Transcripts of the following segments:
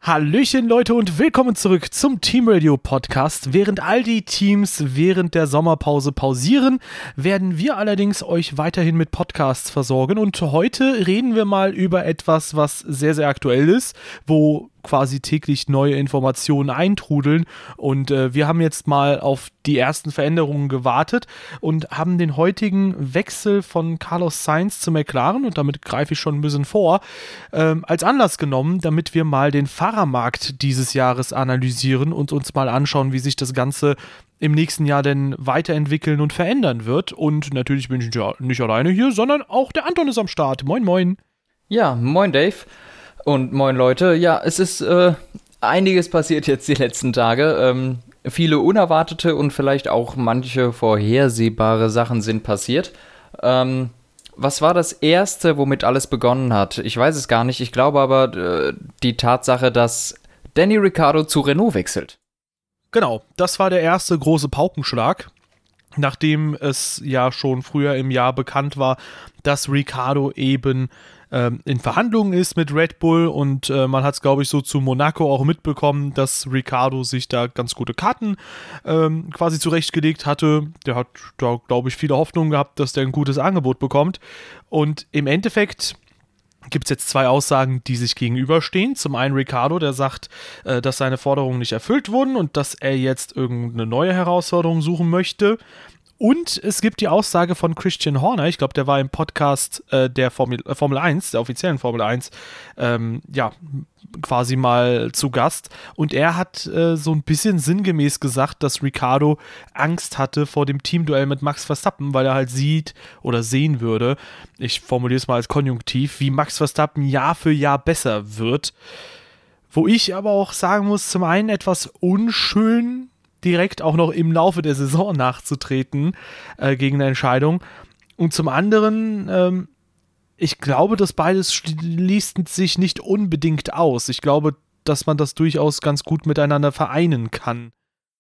Hallöchen Leute und willkommen zurück zum Team Radio Podcast. Während all die Teams während der Sommerpause pausieren, werden wir allerdings euch weiterhin mit Podcasts versorgen und heute reden wir mal über etwas, was sehr, sehr aktuell ist, wo quasi täglich neue Informationen eintrudeln und wir haben jetzt mal auf die ersten Veränderungen gewartet und haben den heutigen Wechsel von Carlos Sainz zu McLaren, und damit greife ich schon ein bisschen vor, als Anlass genommen, damit wir mal den Fahrermarkt dieses Jahres analysieren und uns mal anschauen, wie sich das Ganze im nächsten Jahr denn weiterentwickeln und verändern wird. Und natürlich bin ich ja nicht alleine hier, sondern auch der Anton ist am Start. Moin, moin. Ja, moin Dave. Und moin Leute, ja, es ist einiges passiert jetzt die letzten Tage. Viele unerwartete und vielleicht auch manche vorhersehbare Sachen sind passiert. Was war das Erste, womit alles begonnen hat? Ich weiß es gar nicht. Ich glaube aber die Tatsache, dass Danny Ricciardo zu Renault wechselt. Genau, das war der erste große Paukenschlag, nachdem es ja schon früher im Jahr bekannt war, dass Ricciardo eben in Verhandlungen ist mit Red Bull und man hat es, glaube ich, so zu Monaco auch mitbekommen, dass Ricciardo sich da ganz gute Karten quasi zurechtgelegt hatte. Der hat da, glaube ich, viele Hoffnungen gehabt, dass der ein gutes Angebot bekommt, und im Endeffekt gibt es jetzt zwei Aussagen, die sich gegenüberstehen. Zum einen Ricciardo, der sagt, dass seine Forderungen nicht erfüllt wurden und dass er jetzt irgendeine neue Herausforderung suchen möchte. Und es gibt die Aussage von Christian Horner, ich glaube, der war im Podcast der Formel 1, der offiziellen Formel 1, quasi mal zu Gast. Und er hat so ein bisschen sinngemäß gesagt, dass Ricciardo Angst hatte vor dem Teamduell mit Max Verstappen, weil er halt sieht oder sehen würde, ich formuliere es mal als Konjunktiv, wie Max Verstappen Jahr für Jahr besser wird. Wo ich aber auch sagen muss, zum einen etwas unschön, direkt auch noch im Laufe der Saison nachzutreten gegen eine Entscheidung. Und zum anderen, ich glaube, dass beides schließt sich nicht unbedingt aus. Ich glaube, dass man das durchaus ganz gut miteinander vereinen kann.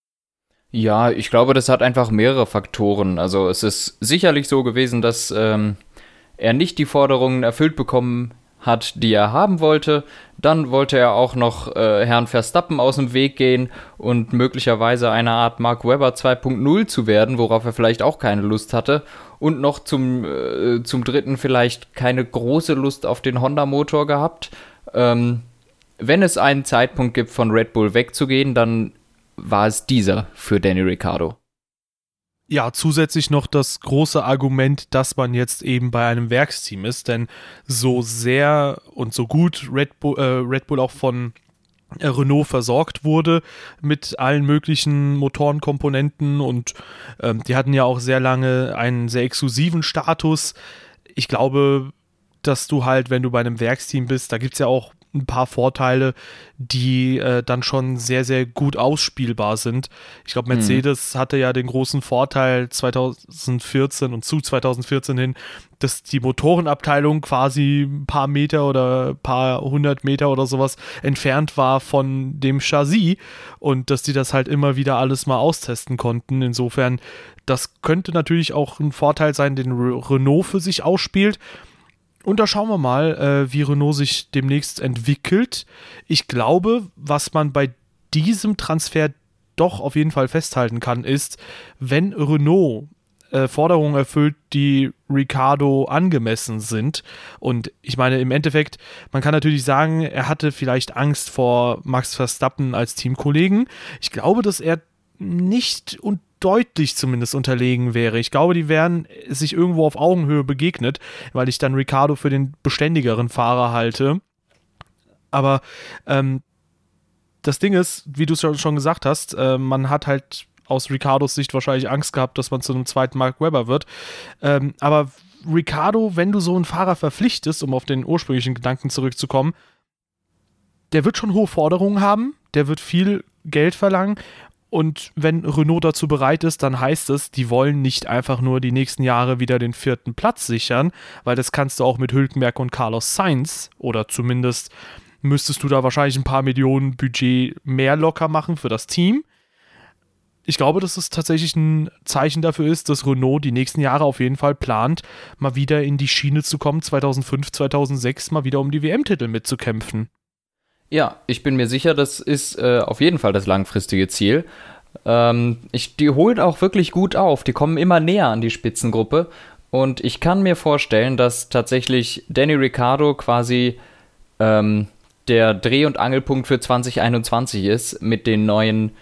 Ja, ich glaube, das hat einfach mehrere Faktoren. Also es ist sicherlich so gewesen, dass er nicht die Forderungen erfüllt bekommen hat, die er haben wollte. Dann wollte er auch noch Herrn Verstappen aus dem Weg gehen und möglicherweise eine Art Mark Webber 2.0 zu werden, worauf er vielleicht auch keine Lust hatte. Und noch zum Dritten vielleicht keine große Lust auf den Honda-Motor gehabt. Wenn es einen Zeitpunkt gibt, von Red Bull wegzugehen, dann war es dieser für Danny Ricciardo. Ja, zusätzlich noch das große Argument, dass man jetzt eben bei einem Werksteam ist, denn so sehr und so gut Red Bull auch von Renault versorgt wurde mit allen möglichen Motorenkomponenten und die hatten ja auch sehr lange einen sehr exklusiven Status. Ich glaube, dass du halt, wenn du bei einem Werksteam bist, da gibt es ja auch ein paar Vorteile, die dann schon sehr, sehr gut ausspielbar sind. Ich glaube, Mercedes hatte ja den großen Vorteil 2014 und zu 2014 hin, dass die Motorenabteilung quasi ein paar Meter oder ein paar 100 Meter oder sowas entfernt war von dem Chassis und dass die das halt immer wieder alles mal austesten konnten. Insofern, das könnte natürlich auch ein Vorteil sein, den Renault für sich ausspielt. Und da schauen wir mal, wie Renault sich demnächst entwickelt. Ich glaube, was man bei diesem Transfer doch auf jeden Fall festhalten kann, ist, wenn Renault Forderungen erfüllt, die Ricciardo angemessen sind. Und ich meine, im Endeffekt, man kann natürlich sagen, er hatte vielleicht Angst vor Max Verstappen als Teamkollegen. Ich glaube, dass er nicht und deutlich zumindest unterlegen wäre. Ich glaube, die wären sich irgendwo auf Augenhöhe begegnet, weil ich dann Ricciardo für den beständigeren Fahrer halte. Aber das Ding ist, wie du es schon gesagt hast, man hat halt aus Ricciardos Sicht wahrscheinlich Angst gehabt, dass man zu einem zweiten Mark Webber wird. Aber Ricciardo, wenn du so einen Fahrer verpflichtest, um auf den ursprünglichen Gedanken zurückzukommen, der wird schon hohe Forderungen haben, der wird viel Geld verlangen. Und wenn Renault dazu bereit ist, dann heißt es, die wollen nicht einfach nur die nächsten Jahre wieder den 4. Platz sichern, weil das kannst du auch mit Hülkenberg und Carlos Sainz, oder zumindest müsstest du da wahrscheinlich ein paar Millionen Budget mehr locker machen für das Team. Ich glaube, dass es tatsächlich ein Zeichen dafür ist, dass Renault die nächsten Jahre auf jeden Fall plant, mal wieder in die Schiene zu kommen, 2005, 2006 mal wieder um die WM-Titel mitzukämpfen. Ja, ich bin mir sicher, das ist auf jeden Fall das langfristige Ziel. Die holt auch wirklich gut auf. Die kommen immer näher an die Spitzengruppe. Und ich kann mir vorstellen, dass tatsächlich Danny Ricciardo quasi der Dreh- und Angelpunkt für 2021 ist mit den neuen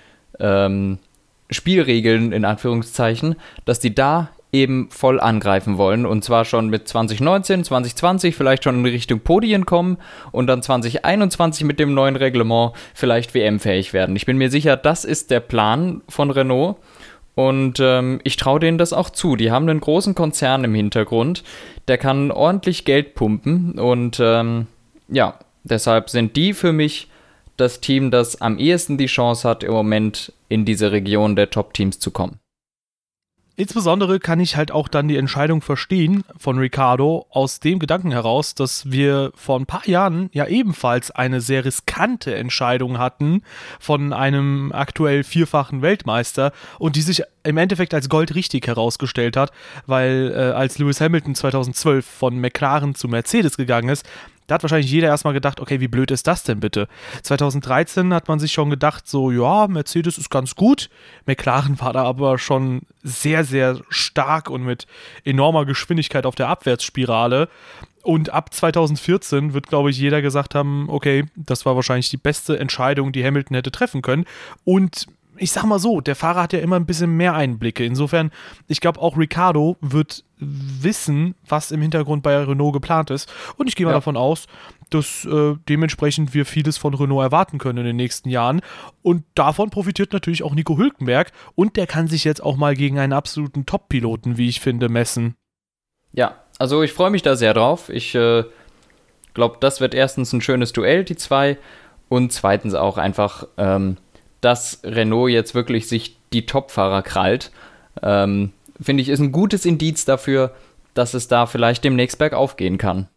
Spielregeln in Anführungszeichen, dass die da eben voll angreifen wollen und zwar schon mit 2019, 2020 vielleicht schon in Richtung Podien kommen und dann 2021 mit dem neuen Reglement vielleicht WM-fähig werden. Ich bin mir sicher, das ist der Plan von Renault und ich traue denen das auch zu. Die haben einen großen Konzern im Hintergrund, der kann ordentlich Geld pumpen und ja, deshalb sind die für mich das Team, das am ehesten die Chance hat, im Moment in diese Region der Top-Teams zu kommen. Insbesondere kann ich halt auch dann die Entscheidung verstehen von Ricciardo aus dem Gedanken heraus, dass wir vor ein paar Jahren ja ebenfalls eine sehr riskante Entscheidung hatten von einem aktuell vierfachen Weltmeister und die sich im Endeffekt als goldrichtig herausgestellt hat, weil als Lewis Hamilton 2012 von McLaren zu Mercedes gegangen ist, da hat wahrscheinlich jeder erstmal gedacht, okay, wie blöd ist das denn bitte? 2013 hat man sich schon gedacht, so, ja, Mercedes ist ganz gut. McLaren war da aber schon sehr, sehr stark und mit enormer Geschwindigkeit auf der Abwärtsspirale. Und ab 2014 wird, glaube ich, jeder gesagt haben, okay, das war wahrscheinlich die beste Entscheidung, die Hamilton hätte treffen können. Und ich sag mal so, der Fahrer hat ja immer ein bisschen mehr Einblicke. Insofern, ich glaube, auch Ricciardo wird wissen, was im Hintergrund bei Renault geplant ist. Und ich gehe mal davon aus, dass dementsprechend wir vieles von Renault erwarten können in den nächsten Jahren. Und davon profitiert natürlich auch Nico Hülkenberg. Und der kann sich jetzt auch mal gegen einen absoluten Top-Piloten, wie ich finde, messen. Ja, also ich freue mich da sehr drauf. Ich glaube, das wird erstens ein schönes Duell, die zwei. Und zweitens auch einfach dass Renault jetzt wirklich sich die Top-Fahrer krallt, finde ich, ist ein gutes Indiz dafür, dass es da vielleicht demnächst bergauf gehen kann.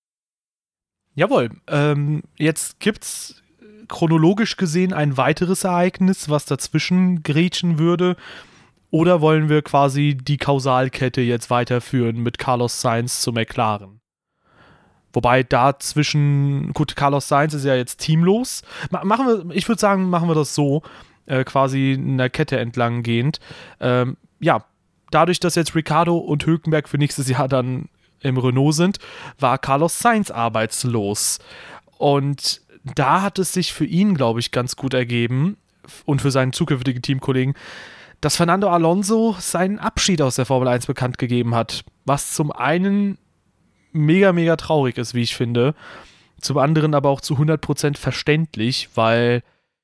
Jawohl, jetzt gibt's chronologisch gesehen ein weiteres Ereignis, was dazwischen grätschen würde. Oder wollen wir quasi die Kausalkette jetzt weiterführen mit Carlos Sainz zu McLaren? Wobei dazwischen, gut, Carlos Sainz ist ja jetzt teamlos. Ich würde sagen, machen wir das so, quasi in der Kette entlang gehend. Ja, dadurch, dass jetzt Ricciardo und Hülkenberg für nächstes Jahr dann im Renault sind, war Carlos Sainz arbeitslos. Und da hat es sich für ihn, glaube ich, ganz gut ergeben und für seinen zukünftigen Teamkollegen, dass Fernando Alonso seinen Abschied aus der Formel 1 bekannt gegeben hat. Was zum einen mega, mega traurig ist, wie ich finde. Zum anderen aber auch zu 100% verständlich, weil,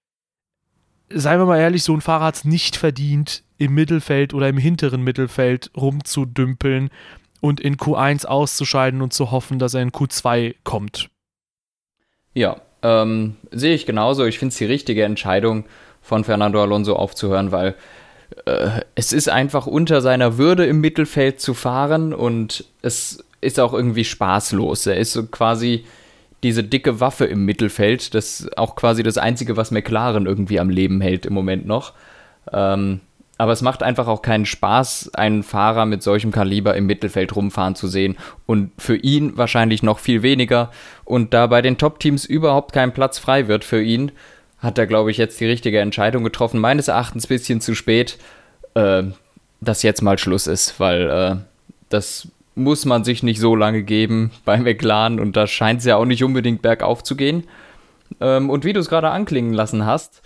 seien wir mal ehrlich, so ein Fahrer hat es nicht verdient, im Mittelfeld oder im hinteren Mittelfeld rumzudümpeln und in Q1 auszuscheiden und zu hoffen, dass er in Q2 kommt. Ja, sehe ich genauso. Ich finde es die richtige Entscheidung, von Fernando Alonso aufzuhören, weil es ist einfach unter seiner Würde im Mittelfeld zu fahren und es ist auch irgendwie spaßlos. Er ist so quasi diese dicke Waffe im Mittelfeld. Das ist auch quasi das Einzige, was McLaren irgendwie am Leben hält im Moment noch. Aber es macht einfach auch keinen Spaß, einen Fahrer mit solchem Kaliber im Mittelfeld rumfahren zu sehen. Und für ihn wahrscheinlich noch viel weniger. Und da bei den Top-Teams überhaupt kein Platz frei wird für ihn, hat er, glaube ich, jetzt die richtige Entscheidung getroffen. Meines Erachtens ein bisschen zu spät, dass jetzt mal Schluss ist, weil das muss man sich nicht so lange geben bei McLaren und da scheint es ja auch nicht unbedingt bergauf zu gehen. Und wie du es gerade anklingen lassen hast,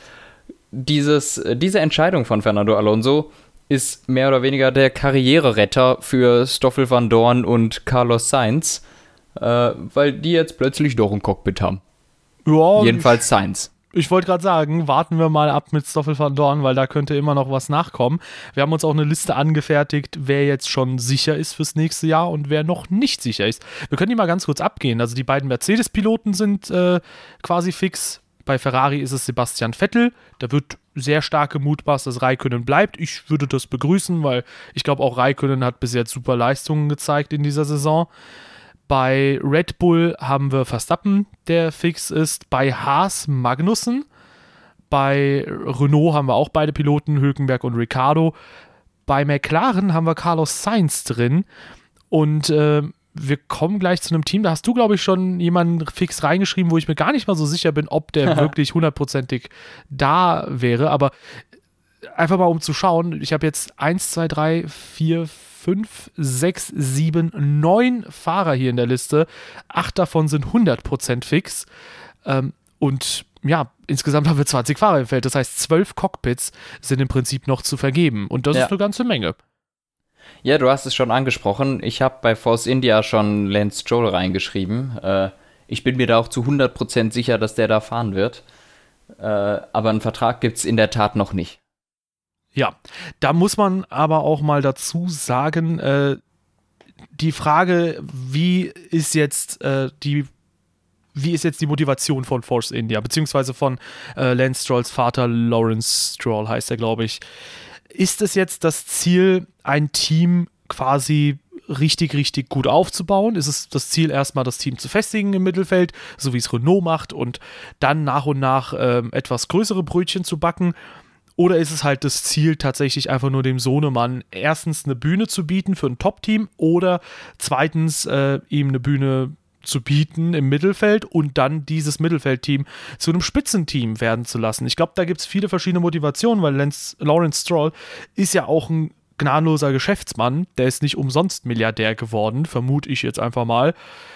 diese Entscheidung von Fernando Alonso ist mehr oder weniger der Karriereretter für Stoffel van Dorn und Carlos Sainz, weil die jetzt plötzlich doch ein Cockpit haben. Ja, jedenfalls Sainz. Ich wollte gerade sagen, warten wir mal ab mit Stoffel van Dorn, weil da könnte immer noch was nachkommen. Wir haben uns auch eine Liste angefertigt, wer jetzt schon sicher ist fürs nächste Jahr und wer noch nicht sicher ist. Wir können die mal ganz kurz abgehen. Also die beiden Mercedes-Piloten sind quasi fix. Bei Ferrari ist es Sebastian Vettel. Da wird sehr stark gemutmaßt, dass Räikkönen bleibt. Ich würde das begrüßen, weil ich glaube, auch Räikkönen hat bis jetzt super Leistungen gezeigt in dieser Saison. Bei Red Bull haben wir Verstappen, der fix ist. Bei Haas Magnussen. Bei Renault haben wir auch beide Piloten, Hülkenberg und Ricciardo. Bei McLaren haben wir Carlos Sainz drin. Und wir kommen gleich zu einem Team, da hast du, glaube ich, schon jemanden fix reingeschrieben, wo ich mir gar nicht mal so sicher bin, ob der wirklich hundertprozentig da wäre, aber einfach mal um zu schauen, ich habe jetzt 1, 2, 3, 4, 5, 6, 7, 9 Fahrer hier in der Liste, 8 davon sind 100% fix und ja, insgesamt haben wir 20 Fahrer im Feld, das heißt 12 Cockpits sind im Prinzip noch zu vergeben und das ist eine ganze Menge. Ja, du hast es schon angesprochen. Ich habe bei Force India schon Lance Stroll reingeschrieben. Ich bin mir da auch zu 100% sicher, dass der da fahren wird. Aber einen Vertrag gibt es in der Tat noch nicht. Ja, da muss man aber auch mal dazu sagen, die Frage, wie ist jetzt die Motivation von Force India, beziehungsweise von Lance Strolls Vater, Lawrence Stroll heißt er, glaube ich. Ist es jetzt das Ziel, ein Team quasi richtig, richtig gut aufzubauen? Ist es das Ziel, erstmal das Team zu festigen im Mittelfeld, so wie es Renault macht, und dann nach und nach etwas größere Brötchen zu backen? Oder ist es halt das Ziel, tatsächlich einfach nur dem Sohnemann erstens eine Bühne zu bieten für ein Top-Team oder zweitens ihm eine Bühne zu bieten im Mittelfeld und dann dieses Mittelfeldteam zu einem Spitzenteam werden zu lassen. Ich glaube, da gibt es viele verschiedene Motivationen, weil Lawrence Stroll ist ja auch ein gnadenloser Geschäftsmann, der ist nicht umsonst Milliardär geworden, vermute ich jetzt einfach mal.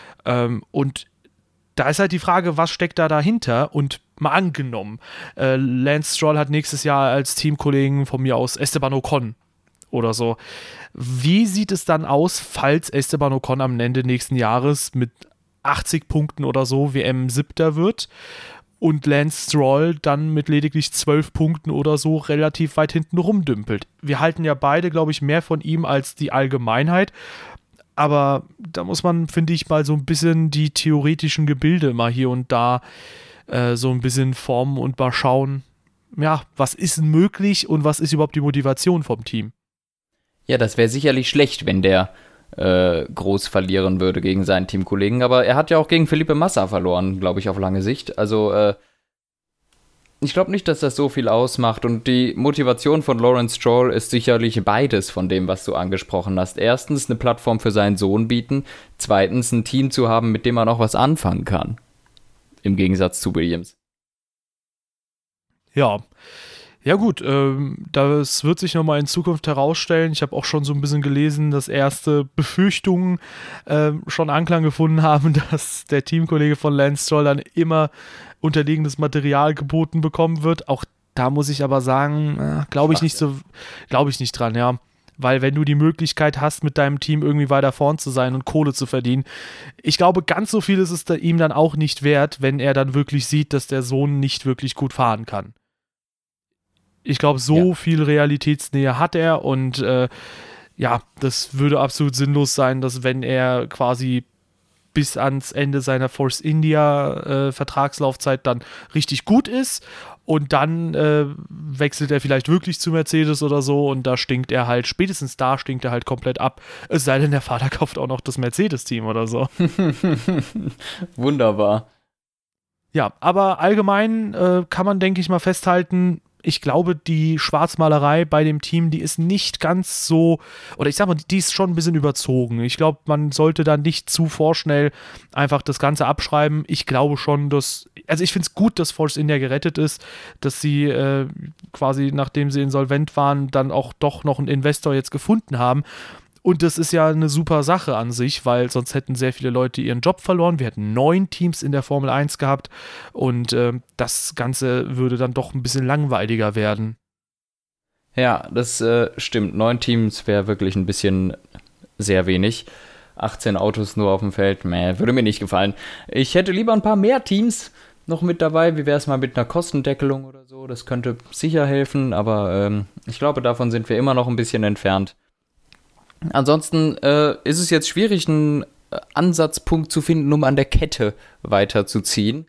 Und da ist halt die Frage, was steckt da dahinter? Und mal angenommen, Lance Stroll hat nächstes Jahr als Teamkollegen von mir aus Esteban Ocon oder so. Wie sieht es dann aus, falls Esteban Ocon am Ende nächsten Jahres mit 80 Punkten oder so WM-Siebter wird und Lance Stroll dann mit lediglich 12 Punkten oder so relativ weit hinten rumdümpelt? Wir halten ja beide, glaube ich, mehr von ihm als die Allgemeinheit, aber da muss man, finde ich, mal so ein bisschen die theoretischen Gebilde mal hier und da so ein bisschen formen und mal schauen, ja, was ist möglich und was ist überhaupt die Motivation vom Team? Ja, das wäre sicherlich schlecht, wenn der groß verlieren würde gegen seinen Teamkollegen, aber er hat ja auch gegen Felipe Massa verloren, glaube ich, auf lange Sicht. Also ich glaube nicht, dass das so viel ausmacht, und die Motivation von Lawrence Stroll ist sicherlich beides von dem, was du angesprochen hast. Erstens eine Plattform für seinen Sohn bieten, zweitens ein Team zu haben, mit dem man auch was anfangen kann, im Gegensatz zu Williams. Ja gut, das wird sich nochmal in Zukunft herausstellen. Ich habe auch schon so ein bisschen gelesen, dass erste Befürchtungen schon Anklang gefunden haben, dass der Teamkollege von Lance Stroll dann immer unterliegendes Material geboten bekommen wird. Auch da muss ich aber sagen, glaube ich nicht dran, ja. Weil wenn du die Möglichkeit hast, mit deinem Team irgendwie weiter vorn zu sein und Kohle zu verdienen, ich glaube, ganz so viel ist es ihm dann auch nicht wert, wenn er dann wirklich sieht, dass der Sohn nicht wirklich gut fahren kann. Ich glaube, so viel Realitätsnähe hat er, und das würde absolut sinnlos sein, dass wenn er quasi bis ans Ende seiner Force India Vertragslaufzeit dann richtig gut ist und dann wechselt er vielleicht wirklich zu Mercedes oder so, und da stinkt er halt, spätestens da stinkt er halt komplett ab. Es sei denn, der Vater kauft auch noch das Mercedes-Team oder so. Wunderbar. Ja, aber allgemein kann man, denke ich mal, festhalten, ich glaube, die Schwarzmalerei bei dem Team, die ist nicht ganz so, oder ich sag mal, die ist schon ein bisschen überzogen. Ich glaube, man sollte da nicht zu vorschnell einfach das Ganze abschreiben. Ich glaube schon, ich finde es gut, dass Force India gerettet ist, dass sie quasi, nachdem sie insolvent waren, dann auch doch noch einen Investor jetzt gefunden haben. Und das ist ja eine super Sache an sich, weil sonst hätten sehr viele Leute ihren Job verloren. Wir hätten 9 Teams in der Formel 1 gehabt, und das Ganze würde dann doch ein bisschen langweiliger werden. Ja, das stimmt. 9 Teams wäre wirklich ein bisschen sehr wenig. 18 Autos nur auf dem Feld, würde mir nicht gefallen. Ich hätte lieber ein paar mehr Teams noch mit dabei. Wie wäre es mal mit einer Kostendeckelung oder so? Das könnte sicher helfen, aber ich glaube, davon sind wir immer noch ein bisschen entfernt. Ansonsten ist es jetzt schwierig, einen Ansatzpunkt zu finden, um an der Kette weiterzuziehen.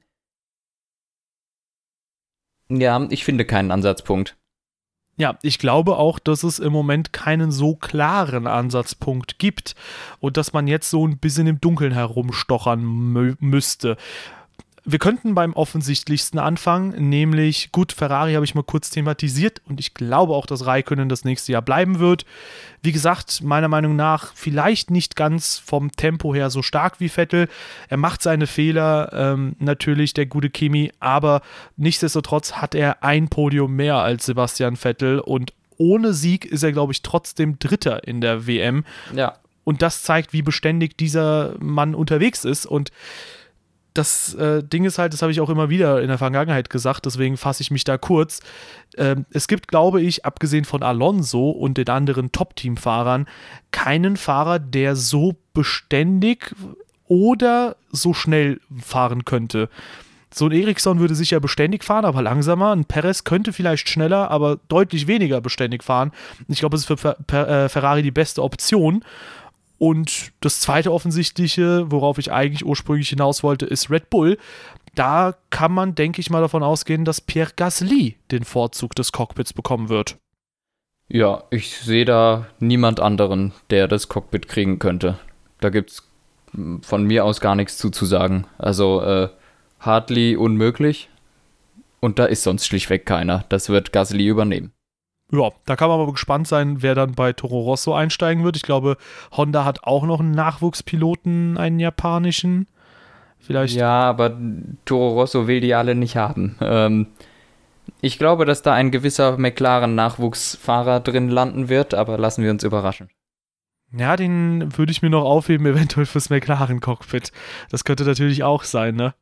Ja, ich finde keinen Ansatzpunkt. Ja, ich glaube auch, dass es im Moment keinen so klaren Ansatzpunkt gibt und dass man jetzt so ein bisschen im Dunkeln herumstochern müsste. Wir könnten beim offensichtlichsten anfangen, nämlich, gut, Ferrari habe ich mal kurz thematisiert und ich glaube auch, dass Räikkönen das nächste Jahr bleiben wird. Wie gesagt, meiner Meinung nach vielleicht nicht ganz vom Tempo her so stark wie Vettel. Er macht seine Fehler, natürlich der gute Kimi, aber nichtsdestotrotz hat er ein Podium mehr als Sebastian Vettel und ohne Sieg ist er, glaube ich, trotzdem Dritter in der WM. Ja. Und das zeigt, wie beständig dieser Mann unterwegs ist und das Ding ist halt, das habe ich auch immer wieder in der Vergangenheit gesagt, deswegen fasse ich mich da kurz. Es gibt, glaube ich, abgesehen von Alonso und den anderen Top-Team-Fahrern, keinen Fahrer, der so beständig oder so schnell fahren könnte. So ein Ericsson würde sicher beständig fahren, aber langsamer. Ein Perez könnte vielleicht schneller, aber deutlich weniger beständig fahren. Ich glaube, es ist für Ferrari die beste Option. Und das zweite offensichtliche, worauf ich eigentlich ursprünglich hinaus wollte, ist Red Bull. Da kann man, denke ich mal, davon ausgehen, dass Pierre Gasly den Vorzug des Cockpits bekommen wird. Ja, ich sehe da niemand anderen, der das Cockpit kriegen könnte. Da gibt's von mir aus gar nichts zu sagen. Also Hartley unmöglich und da ist sonst schlichtweg keiner. Das wird Gasly übernehmen. Ja, da kann man aber gespannt sein, wer dann bei Toro Rosso einsteigen wird. Ich glaube, Honda hat auch noch einen Nachwuchspiloten, einen japanischen. Vielleicht. Ja, aber Toro Rosso will die alle nicht haben. Ich glaube, dass da ein gewisser McLaren-Nachwuchsfahrer drin landen wird, aber lassen wir uns überraschen. Ja, den würde ich mir noch aufheben, eventuell fürs McLaren-Cockpit. Das könnte natürlich auch sein, ne?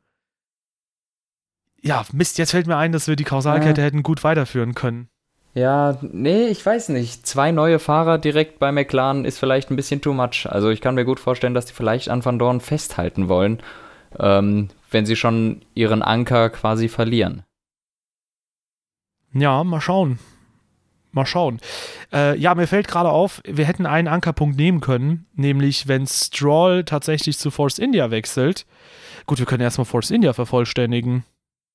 Ja, Mist, jetzt fällt mir ein, dass wir die Kausalkette hätten gut weiterführen können. Ja, nee, ich weiß nicht. 2 neue Fahrer direkt bei McLaren ist vielleicht ein bisschen too much. Also ich kann mir gut vorstellen, dass die vielleicht an Van Dorn festhalten wollen, wenn sie schon ihren Anker quasi verlieren. Ja, mal schauen. Ja, mir fällt gerade auf, wir hätten einen Ankerpunkt nehmen können, nämlich wenn Stroll tatsächlich zu Force India wechselt. Gut, wir können erstmal Force India vervollständigen.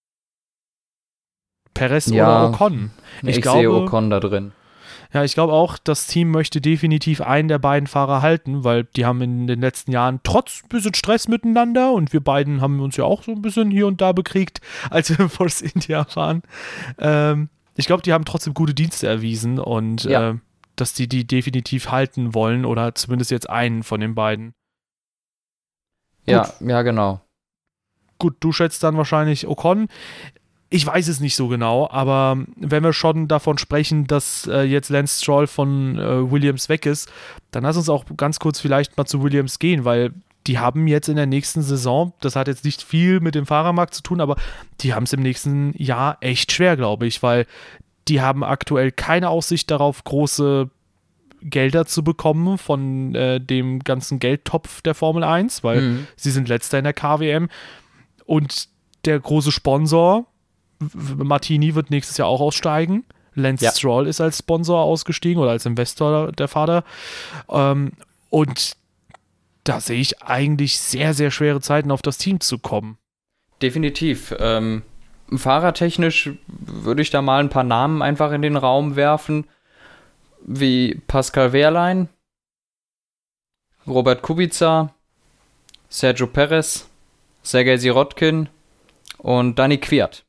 Perez oder Ocon. Ich sehe Ocon da drin. Ja, ich glaube auch, das Team möchte definitiv einen der beiden Fahrer halten, weil die haben in den letzten Jahren trotz ein bisschen Stress miteinander und wir beiden haben uns ja auch so ein bisschen hier und da bekriegt, als wir Force India waren. Ich glaube, die haben trotzdem gute Dienste erwiesen und dass die definitiv halten wollen oder zumindest jetzt einen von den beiden. Ja, genau. Gut, du schätzt dann wahrscheinlich Ocon. Ich weiß es nicht so genau, aber wenn wir schon davon sprechen, dass jetzt Lance Stroll von Williams weg ist, dann lass uns auch ganz kurz vielleicht mal zu Williams gehen, weil die haben jetzt in der nächsten Saison, das hat jetzt nicht viel mit dem Fahrermarkt zu tun, aber die haben es im nächsten Jahr echt schwer, glaube ich, weil die haben aktuell keine Aussicht darauf, große Gelder zu bekommen von dem ganzen Geldtopf der Formel 1, weil sie sind letzter in der KWM und der große Sponsor Martini wird nächstes Jahr auch aussteigen. Lance Stroll ist als Sponsor ausgestiegen oder als Investor der Vater. Und da sehe ich eigentlich sehr, sehr schwere Zeiten auf das Team zu kommen. Definitiv. Fahrertechnisch würde ich da mal ein paar Namen einfach in den Raum werfen, wie Pascal Wehrlein, Robert Kubica, Sergio Perez, Sergei Sirotkin und Dani Kvyat.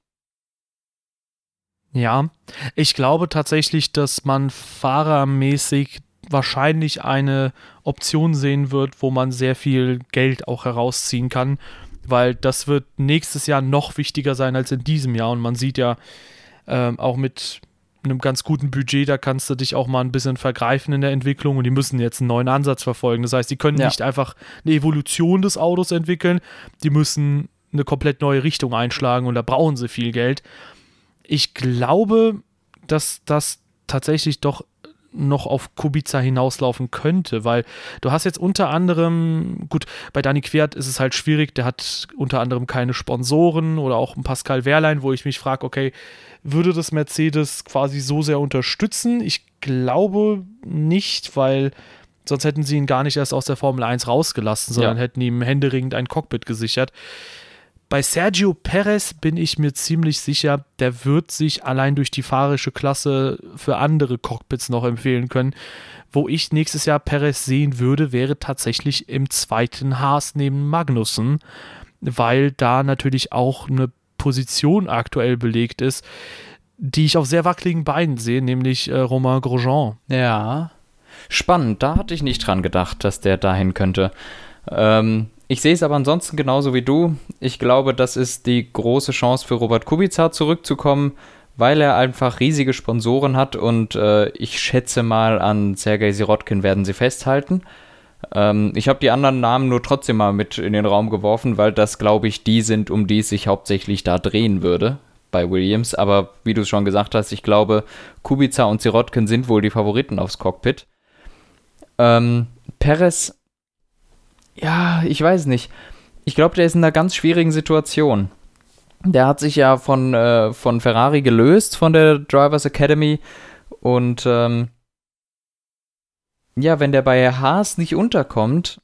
Ja, ich glaube tatsächlich, dass man fahrermäßig wahrscheinlich eine Option sehen wird, wo man sehr viel Geld auch herausziehen kann, weil das wird nächstes Jahr noch wichtiger sein als in diesem Jahr und man sieht ja auch mit einem ganz guten Budget, da kannst du dich auch mal ein bisschen vergreifen in der Entwicklung und die müssen jetzt einen neuen Ansatz verfolgen. Das heißt, die können nicht einfach eine Evolution des Autos entwickeln, die müssen eine komplett neue Richtung einschlagen und da brauchen sie viel Geld. Ich glaube, dass das tatsächlich doch noch auf Kubica hinauslaufen könnte, weil du hast jetzt unter anderem, gut, bei Dani Kvyat ist es halt schwierig, der hat unter anderem keine Sponsoren oder auch ein Pascal Wehrlein, wo ich mich frage, okay, würde das Mercedes quasi so sehr unterstützen? Ich glaube nicht, weil sonst hätten sie ihn gar nicht erst aus der Formel 1 rausgelassen, sondern hätten ihm händeringend ein Cockpit gesichert. Bei Sergio Perez bin ich mir ziemlich sicher, der wird sich allein durch die fahrerische Klasse für andere Cockpits noch empfehlen können. Wo ich nächstes Jahr Perez sehen würde, wäre tatsächlich im zweiten Haas neben Magnussen. weil da natürlich auch eine Position aktuell belegt ist, die ich auf sehr wackeligen Beinen sehe, nämlich Romain Grosjean. Ja, spannend. Da hatte ich nicht dran gedacht, dass der dahin könnte. Ich sehe es aber ansonsten genauso wie du. Ich glaube, das ist die große Chance für Robert Kubica zurückzukommen, weil er einfach riesige Sponsoren hat und ich schätze mal, an Sergei Sirotkin werden sie festhalten. Ich habe die anderen Namen nur trotzdem mal mit in den Raum geworfen, weil das, glaube ich, die sind, um die es sich hauptsächlich da drehen würde bei Williams. Aber wie du es schon gesagt hast, ich glaube, Kubica und Sirotkin sind wohl die Favoriten aufs Cockpit. Perez, ja, ich weiß nicht. Ich glaube, der ist in einer ganz schwierigen Situation. Der hat sich ja von Ferrari gelöst, von der Drivers Academy. Und ja, wenn der bei Haas nicht unterkommt,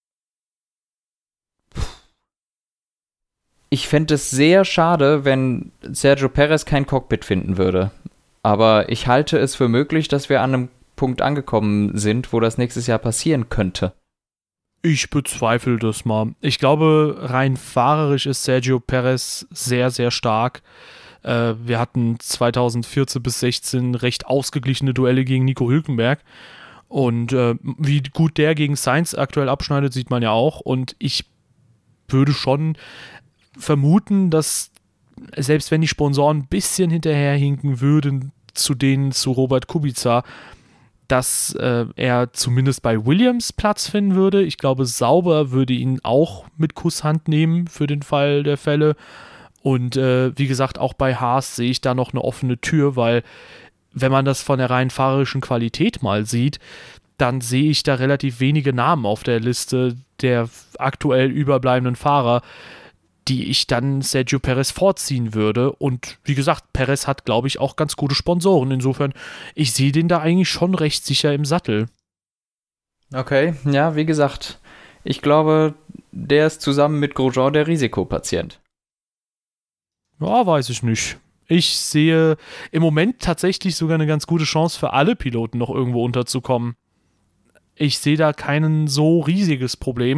ich fände es sehr schade, wenn Sergio Perez kein Cockpit finden würde. Aber ich halte es für möglich, dass wir an einem Punkt angekommen sind, wo das nächstes Jahr passieren könnte. Ich bezweifle das mal. Ich glaube, rein fahrerisch ist Sergio Perez sehr, sehr stark. Wir hatten 2014 bis 16 recht ausgeglichene Duelle gegen Nico Hülkenberg. Und wie gut der gegen Sainz aktuell abschneidet, sieht man ja auch. Und ich würde schon vermuten, dass selbst wenn die Sponsoren ein bisschen hinterherhinken würden zu Robert Kubica, dass er zumindest bei Williams Platz finden würde. Ich glaube, Sauber würde ihn auch mit Kusshand nehmen für den Fall der Fälle. Und wie gesagt, auch bei Haas sehe ich da noch eine offene Tür, weil wenn man das von der rein fahrerischen Qualität mal sieht, dann sehe ich da relativ wenige Namen auf der Liste der aktuell überbleibenden Fahrer, die ich dann Sergio Perez vorziehen würde. Und wie gesagt, Perez hat, glaube ich, auch ganz gute Sponsoren. Insofern, ich sehe den da eigentlich schon recht sicher im Sattel. Okay, ja, wie gesagt, ich glaube, der ist zusammen mit Grosjean der Risikopatient. Ja, weiß ich nicht. Ich sehe im Moment tatsächlich sogar eine ganz gute Chance für alle Piloten noch irgendwo unterzukommen. Ich sehe da kein so riesiges Problem.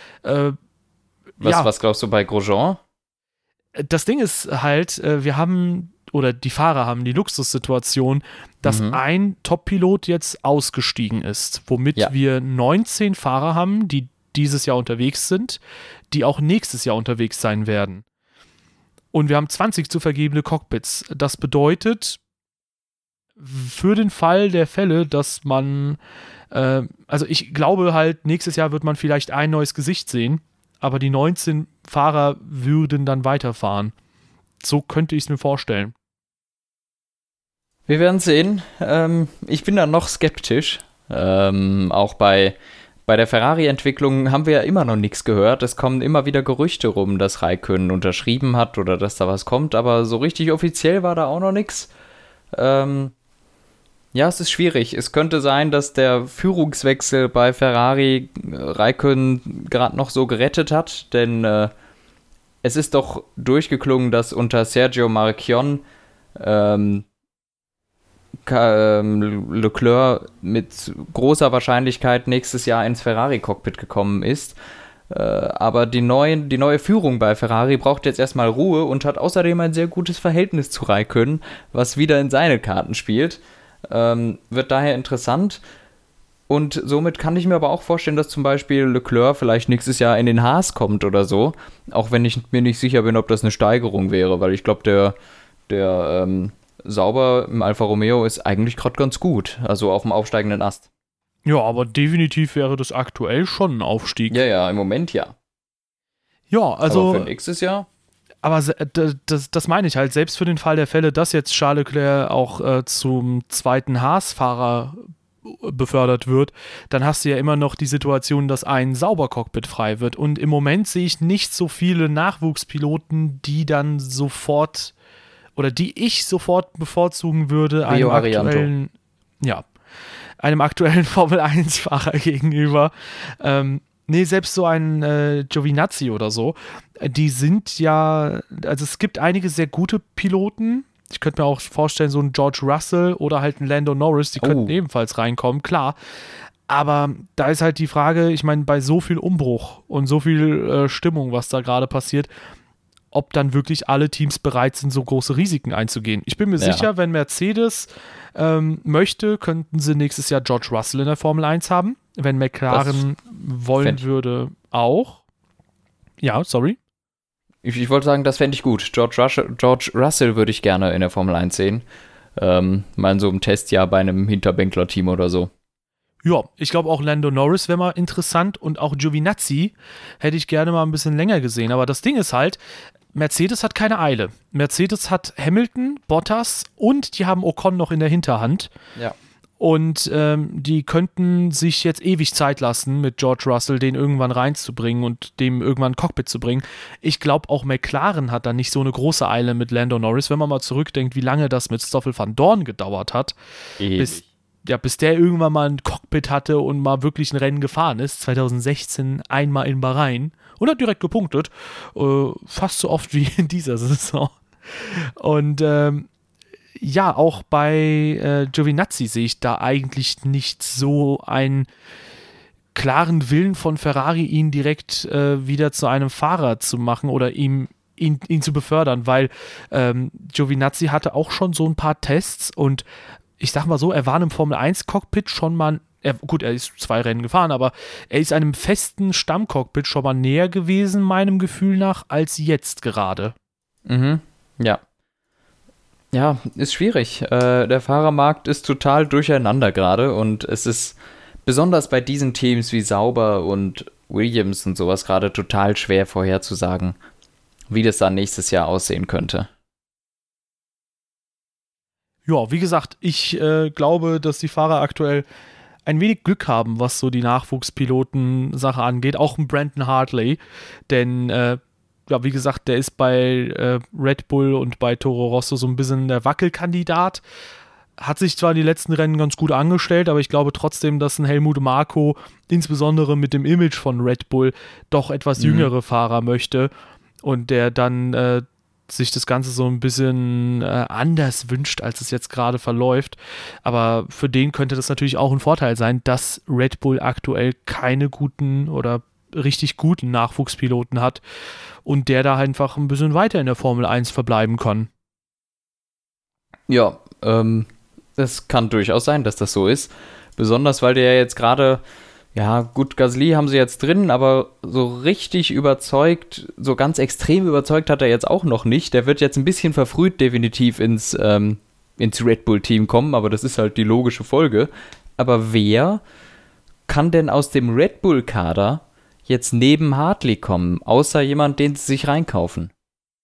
Was glaubst du bei Grosjean? Das Ding ist halt, die Fahrer haben die Luxussituation, dass ein Top-Pilot jetzt ausgestiegen ist, womit wir 19 Fahrer haben, die dieses Jahr unterwegs sind, die auch nächstes Jahr unterwegs sein werden. Und wir haben 20 zu vergebene Cockpits. Das bedeutet, für den Fall der Fälle, dass man, also ich glaube halt, nächstes Jahr wird man vielleicht ein neues Gesicht sehen, aber die 19 Fahrer würden dann weiterfahren. So könnte ich es mir vorstellen. Wir werden sehen. Ich bin da noch skeptisch. Auch bei der Ferrari-Entwicklung haben wir ja immer noch nichts gehört. Es kommen immer wieder Gerüchte rum, dass Räikkönen unterschrieben hat oder dass da was kommt, aber so richtig offiziell war da auch noch nichts. Ja, es ist schwierig. Es könnte sein, dass der Führungswechsel bei Ferrari Räikkönen gerade noch so gerettet hat, denn es ist doch durchgeklungen, dass unter Sergio Marchionne Leclerc mit großer Wahrscheinlichkeit nächstes Jahr ins Ferrari-Cockpit gekommen ist. Aber die neue Führung bei Ferrari braucht jetzt erstmal Ruhe und hat außerdem ein sehr gutes Verhältnis zu Räikkönen, was wieder in seine Karten spielt. Wird daher interessant. Und somit kann ich mir aber auch vorstellen, dass zum Beispiel Leclerc vielleicht nächstes Jahr in den Haas kommt oder so. Auch wenn ich mir nicht sicher bin, ob das eine Steigerung wäre, weil ich glaube, der Sauber im Alfa Romeo ist eigentlich gerade ganz gut. Also auf dem aufsteigenden Ast. Ja, aber definitiv wäre das aktuell schon ein Aufstieg. Ja, im Moment ja. Ja, also. Aber für nächstes Jahr? Aber das meine ich halt, selbst für den Fall der Fälle, dass jetzt Charles Leclerc auch zum zweiten Haas-Fahrer befördert wird, dann hast du ja immer noch die Situation, dass ein Sauber-Cockpit frei wird. Und im Moment sehe ich nicht so viele Nachwuchspiloten, die dann sofort oder die ich sofort bevorzugen würde, einem aktuellen Formel-1-Fahrer gegenüber. Nee, selbst so ein Giovinazzi oder so, die sind ja, also es gibt einige sehr gute Piloten. Ich könnte mir auch vorstellen, so ein George Russell oder halt ein Lando Norris, die könnten ebenfalls reinkommen, klar. Aber da ist halt die Frage, ich meine, bei so viel Umbruch und so viel Stimmung, was da gerade passiert, ob dann wirklich alle Teams bereit sind, so große Risiken einzugehen. Ich bin mir sicher, wenn Mercedes möchte, könnten sie nächstes Jahr George Russell in der Formel 1 haben. Wenn McLaren wollen würde, auch. Ja, sorry. Ich wollte sagen, das fände ich gut. George Russell würde ich gerne in der Formel 1 sehen. Mal in so einem Testjahr bei einem Hinterbänkler-Team oder so. Ja, ich glaube auch Lando Norris wäre mal interessant und auch Giovinazzi hätte ich gerne mal ein bisschen länger gesehen. Aber das Ding ist halt, Mercedes hat keine Eile. Mercedes hat Hamilton, Bottas und die haben Ocon noch in der Hinterhand. Ja. Und die könnten sich jetzt ewig Zeit lassen, mit George Russell den irgendwann reinzubringen und dem irgendwann ein Cockpit zu bringen. Ich glaube, auch McLaren hat da nicht so eine große Eile mit Lando Norris, wenn man mal zurückdenkt, wie lange das mit Stoffel van Dorn gedauert hat, bis der irgendwann mal ein Cockpit hatte und mal wirklich ein Rennen gefahren ist. 2016 einmal in Bahrain und hat direkt gepunktet. Fast so oft wie in dieser Saison. Und ja, auch bei Giovinazzi sehe ich da eigentlich nicht so einen klaren Willen von Ferrari, ihn direkt wieder zu einem Fahrer zu machen oder ihn zu befördern, weil Giovinazzi hatte auch schon so ein paar Tests und ich sag mal so, er war in einem Formel-1-Cockpit schon mal, er ist 2 Rennen gefahren, aber er ist einem festen Stammcockpit schon mal näher gewesen, meinem Gefühl nach, als jetzt gerade. Ja. Ja, ist schwierig. Der Fahrermarkt ist total durcheinander gerade und es ist besonders bei diesen Teams wie Sauber und Williams und sowas gerade total schwer vorherzusagen, wie das dann nächstes Jahr aussehen könnte. Ja, wie gesagt, ich glaube, dass die Fahrer aktuell ein wenig Glück haben, was so die Nachwuchspiloten-Sache angeht. Auch ein Brandon Hartley, denn ja, wie gesagt, der ist bei Red Bull und bei Toro Rosso so ein bisschen der Wackelkandidat. Hat sich zwar in die letzten Rennen ganz gut angestellt, aber ich glaube trotzdem, dass ein Helmut Marko, insbesondere mit dem Image von Red Bull, doch etwas jüngere Fahrer möchte und der dann sich das Ganze so ein bisschen anders wünscht, als es jetzt gerade verläuft. Aber für den könnte das natürlich auch ein Vorteil sein, dass Red Bull aktuell keine guten oder richtig guten Nachwuchspiloten hat und der da einfach ein bisschen weiter in der Formel 1 verbleiben kann. Ja, es kann durchaus sein, dass das so ist. Besonders, weil der ja jetzt gerade, ja gut, Gasly haben sie jetzt drin, aber so richtig überzeugt, so ganz extrem überzeugt hat er jetzt auch noch nicht. Der wird jetzt ein bisschen verfrüht definitiv ins Red Bull-Team kommen, aber das ist halt die logische Folge. Aber wer kann denn aus dem Red Bull-Kader jetzt neben Hartley kommen, außer jemand, den sie sich reinkaufen?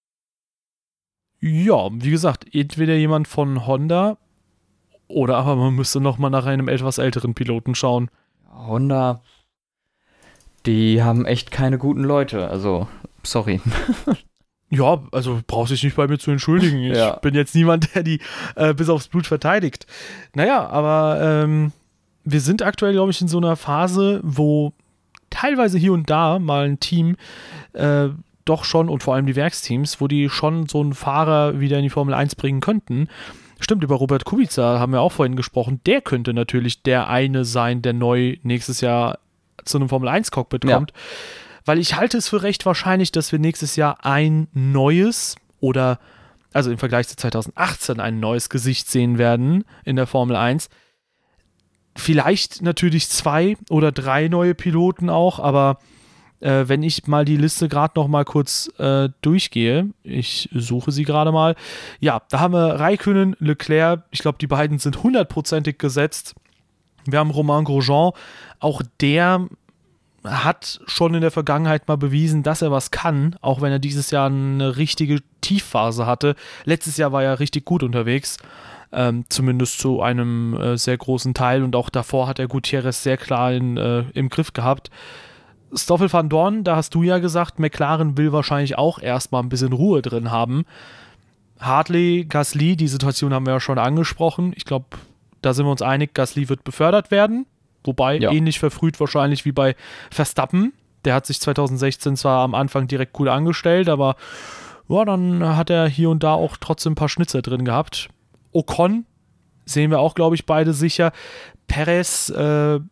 Ja, wie gesagt, entweder jemand von Honda oder aber man müsste nochmal nach einem etwas älteren Piloten schauen. Honda, die haben echt keine guten Leute, also, sorry. Ja, also brauchst dich nicht bei mir zu entschuldigen. Ich bin jetzt niemand, der die bis aufs Blut verteidigt. Naja, aber wir sind aktuell, glaube ich, in so einer Phase, wo teilweise hier und da mal ein Team doch schon, und vor allem die Werksteams, wo die schon so einen Fahrer wieder in die Formel 1 bringen könnten. Stimmt, über Robert Kubica haben wir auch vorhin gesprochen. Der könnte natürlich der eine sein, der neu nächstes Jahr zu einem Formel 1-Cockpit kommt. Weil ich halte es für recht wahrscheinlich, dass wir nächstes Jahr ein neues oder, also im Vergleich zu 2018, ein neues Gesicht sehen werden in der Formel 1. Vielleicht natürlich 2 oder 3 neue Piloten auch, aber wenn ich mal die Liste gerade noch mal kurz durchgehe, ich suche sie gerade mal, ja, da haben wir Räikkönen, Leclerc, ich glaube, die beiden sind 100%ig gesetzt. Wir haben Romain Grosjean, auch der hat schon in der Vergangenheit mal bewiesen, dass er was kann, auch wenn er dieses Jahr eine richtige Tiefphase hatte. Letztes Jahr war er richtig gut unterwegs, zumindest zu einem sehr großen Teil, und auch davor hat er Gutierrez sehr klar im Griff gehabt. Stoffel van Dorn, da hast du ja gesagt, McLaren will wahrscheinlich auch erstmal ein bisschen Ruhe drin haben. Hartley, Gasly, die Situation haben wir ja schon angesprochen. Ich glaube, da sind wir uns einig, Gasly wird befördert werden. Wobei ähnlich verfrüht wahrscheinlich wie bei Verstappen. Der hat sich 2016 zwar am Anfang direkt cool angestellt, aber ja, dann hat er hier und da auch trotzdem ein paar Schnitzer drin gehabt. Ocon sehen wir auch, glaube ich, beide sicher. Perez,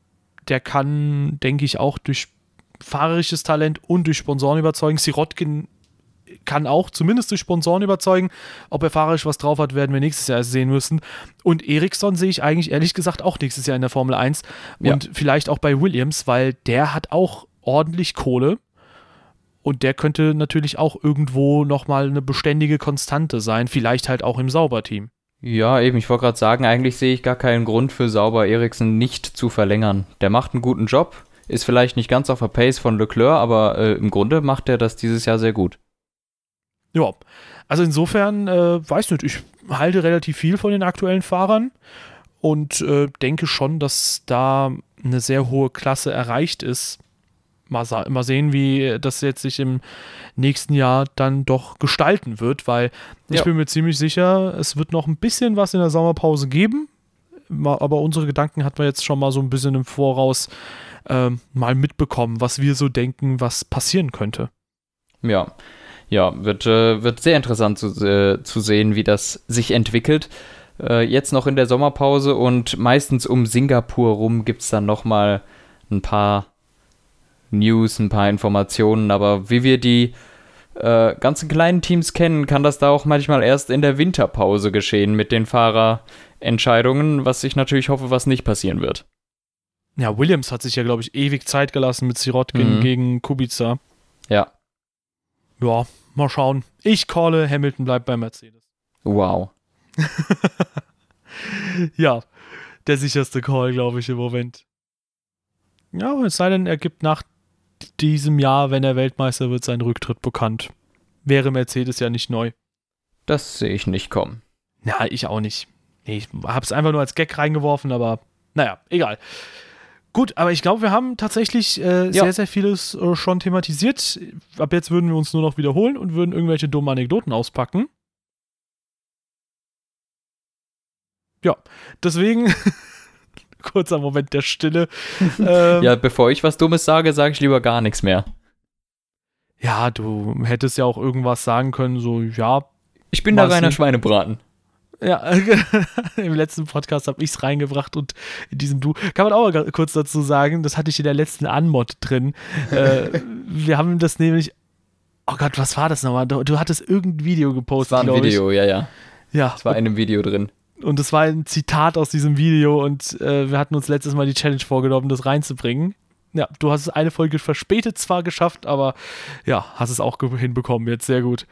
der kann, denke ich, auch durch fahrerisches Talent und durch Sponsoren überzeugen. Sirotkin kann auch zumindest durch Sponsoren überzeugen. Ob er fahrerisch was drauf hat, werden wir nächstes Jahr sehen müssen. Und Ericsson sehe ich eigentlich ehrlich gesagt auch nächstes Jahr in der Formel 1 und vielleicht auch bei Williams, weil der hat auch ordentlich Kohle und der könnte natürlich auch irgendwo nochmal eine beständige Konstante sein, vielleicht halt auch im Sauber-Team. Ja, eben, ich wollte gerade sagen, eigentlich sehe ich gar keinen Grund für Sauber Ericsson nicht zu verlängern. Der macht einen guten Job, ist vielleicht nicht ganz auf der Pace von Leclerc, aber im Grunde macht er das dieses Jahr sehr gut. Ja, also insofern, weiß nicht, ich halte relativ viel von den aktuellen Fahrern und denke schon, dass da eine sehr hohe Klasse erreicht ist. Mal sehen, wie das jetzt sich im nächsten Jahr dann doch gestalten wird, weil ich bin mir ziemlich sicher, es wird noch ein bisschen was in der Sommerpause geben, aber unsere Gedanken hatten wir jetzt schon mal so ein bisschen im Voraus mal mitbekommen, was wir so denken, was passieren könnte. Ja, wird sehr interessant zu sehen, wie das sich entwickelt. Jetzt noch in der Sommerpause und meistens um Singapur rum gibt es dann nochmal ein paar News, ein paar Informationen, aber wie wir die ganzen kleinen Teams kennen, kann das da auch manchmal erst in der Winterpause geschehen mit den Fahrerentscheidungen, was ich natürlich hoffe, was nicht passieren wird. Ja, Williams hat sich ja, glaube ich, ewig Zeit gelassen mit Sirotkin gegen Kubica. Ja. Ja, mal schauen. Ich calle, Hamilton bleibt bei Mercedes. Wow. Ja, der sicherste Call, glaube ich, im Moment. Ja, es sei denn, er gibt nach diesem Jahr, wenn er Weltmeister wird, seinen Rücktritt bekannt. Wäre Mercedes ja nicht neu. Das sehe ich nicht kommen. Na, ich auch nicht. Nee, ich habe es einfach nur als Gag reingeworfen, aber naja, egal. Gut, aber ich glaube, wir haben tatsächlich sehr, sehr vieles schon thematisiert. Ab jetzt würden wir uns nur noch wiederholen und würden irgendwelche dummen Anekdoten auspacken. Ja, deswegen kurzer Moment der Stille. Ja, bevor ich was Dummes sage ich lieber gar nichts mehr. Ja, du hättest ja auch irgendwas sagen können, so, ja. Ich bin da reiner Schweinebraten. Ja, im letzten Podcast habe ich es reingebracht und in diesem kann man auch mal kurz dazu sagen, das hatte ich in der letzten Anmod drin. Wir haben das nämlich, oh Gott, was war das nochmal? Du hattest irgendein Video gepostet, glaube ich. Das war ein Video, ja. Ja. Es war in einem Video drin. Und es war ein Zitat aus diesem Video und wir hatten uns letztes Mal die Challenge vorgenommen, das reinzubringen. Ja, du hast es eine Folge verspätet zwar geschafft, aber ja, hast es auch hinbekommen jetzt, sehr gut.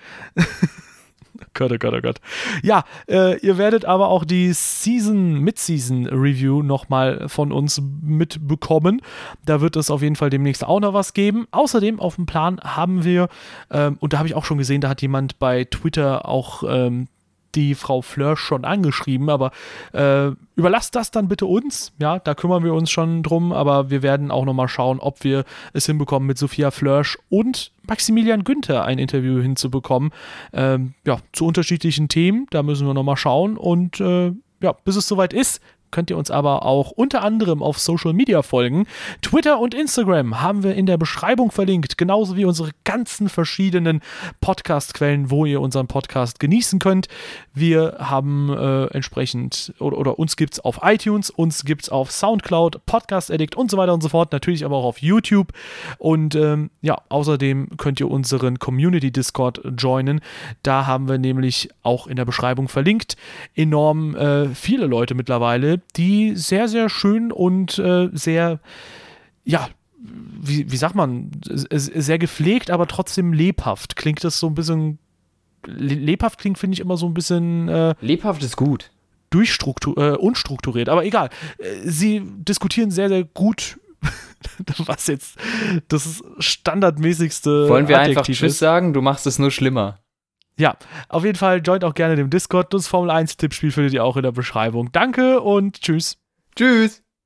Gott, oh Gott, oh Gott. Ja, ihr werdet aber auch die Mid-Season-Review nochmal von uns mitbekommen. Da wird es auf jeden Fall demnächst auch noch was geben. Außerdem auf dem Plan haben wir, und da habe ich auch schon gesehen, da hat jemand bei Twitter auch die Frau Flörsch schon angeschrieben, aber überlasst das dann bitte uns, ja, da kümmern wir uns schon drum, aber wir werden auch nochmal schauen, ob wir es hinbekommen, mit Sophia Flörsch und Maximilian Günther ein Interview hinzubekommen, ja, zu unterschiedlichen Themen, da müssen wir nochmal schauen und ja, bis es soweit ist, könnt ihr uns aber auch unter anderem auf Social Media folgen. Twitter und Instagram haben wir in der Beschreibung verlinkt, genauso wie unsere ganzen verschiedenen Podcast-Quellen, wo ihr unseren Podcast genießen könnt. Wir haben entsprechend, oder uns gibt es auf iTunes, uns gibt es auf Soundcloud, Podcast Addict und so weiter und so fort, natürlich aber auch auf YouTube. Und ja, außerdem könnt ihr unseren Community-Discord joinen. Da haben wir nämlich auch in der Beschreibung verlinkt enorm viele Leute mittlerweile, die sehr, sehr schön und sehr, ja, wie sagt man, sehr gepflegt, aber trotzdem lebhaft. Klingt das so ein bisschen, lebhaft klingt, finde ich, immer so ein bisschen lebhaft ist gut. Unstrukturiert, aber egal. Sie diskutieren sehr, sehr gut, was jetzt das standardmäßigste Wollen wir Adjektiv einfach Tschüss sagen? Du machst es nur schlimmer. Ja, auf jeden Fall joint auch gerne dem Discord. Das Formel 1 Tippspiel findet ihr auch in der Beschreibung. Danke und tschüss. Tschüss.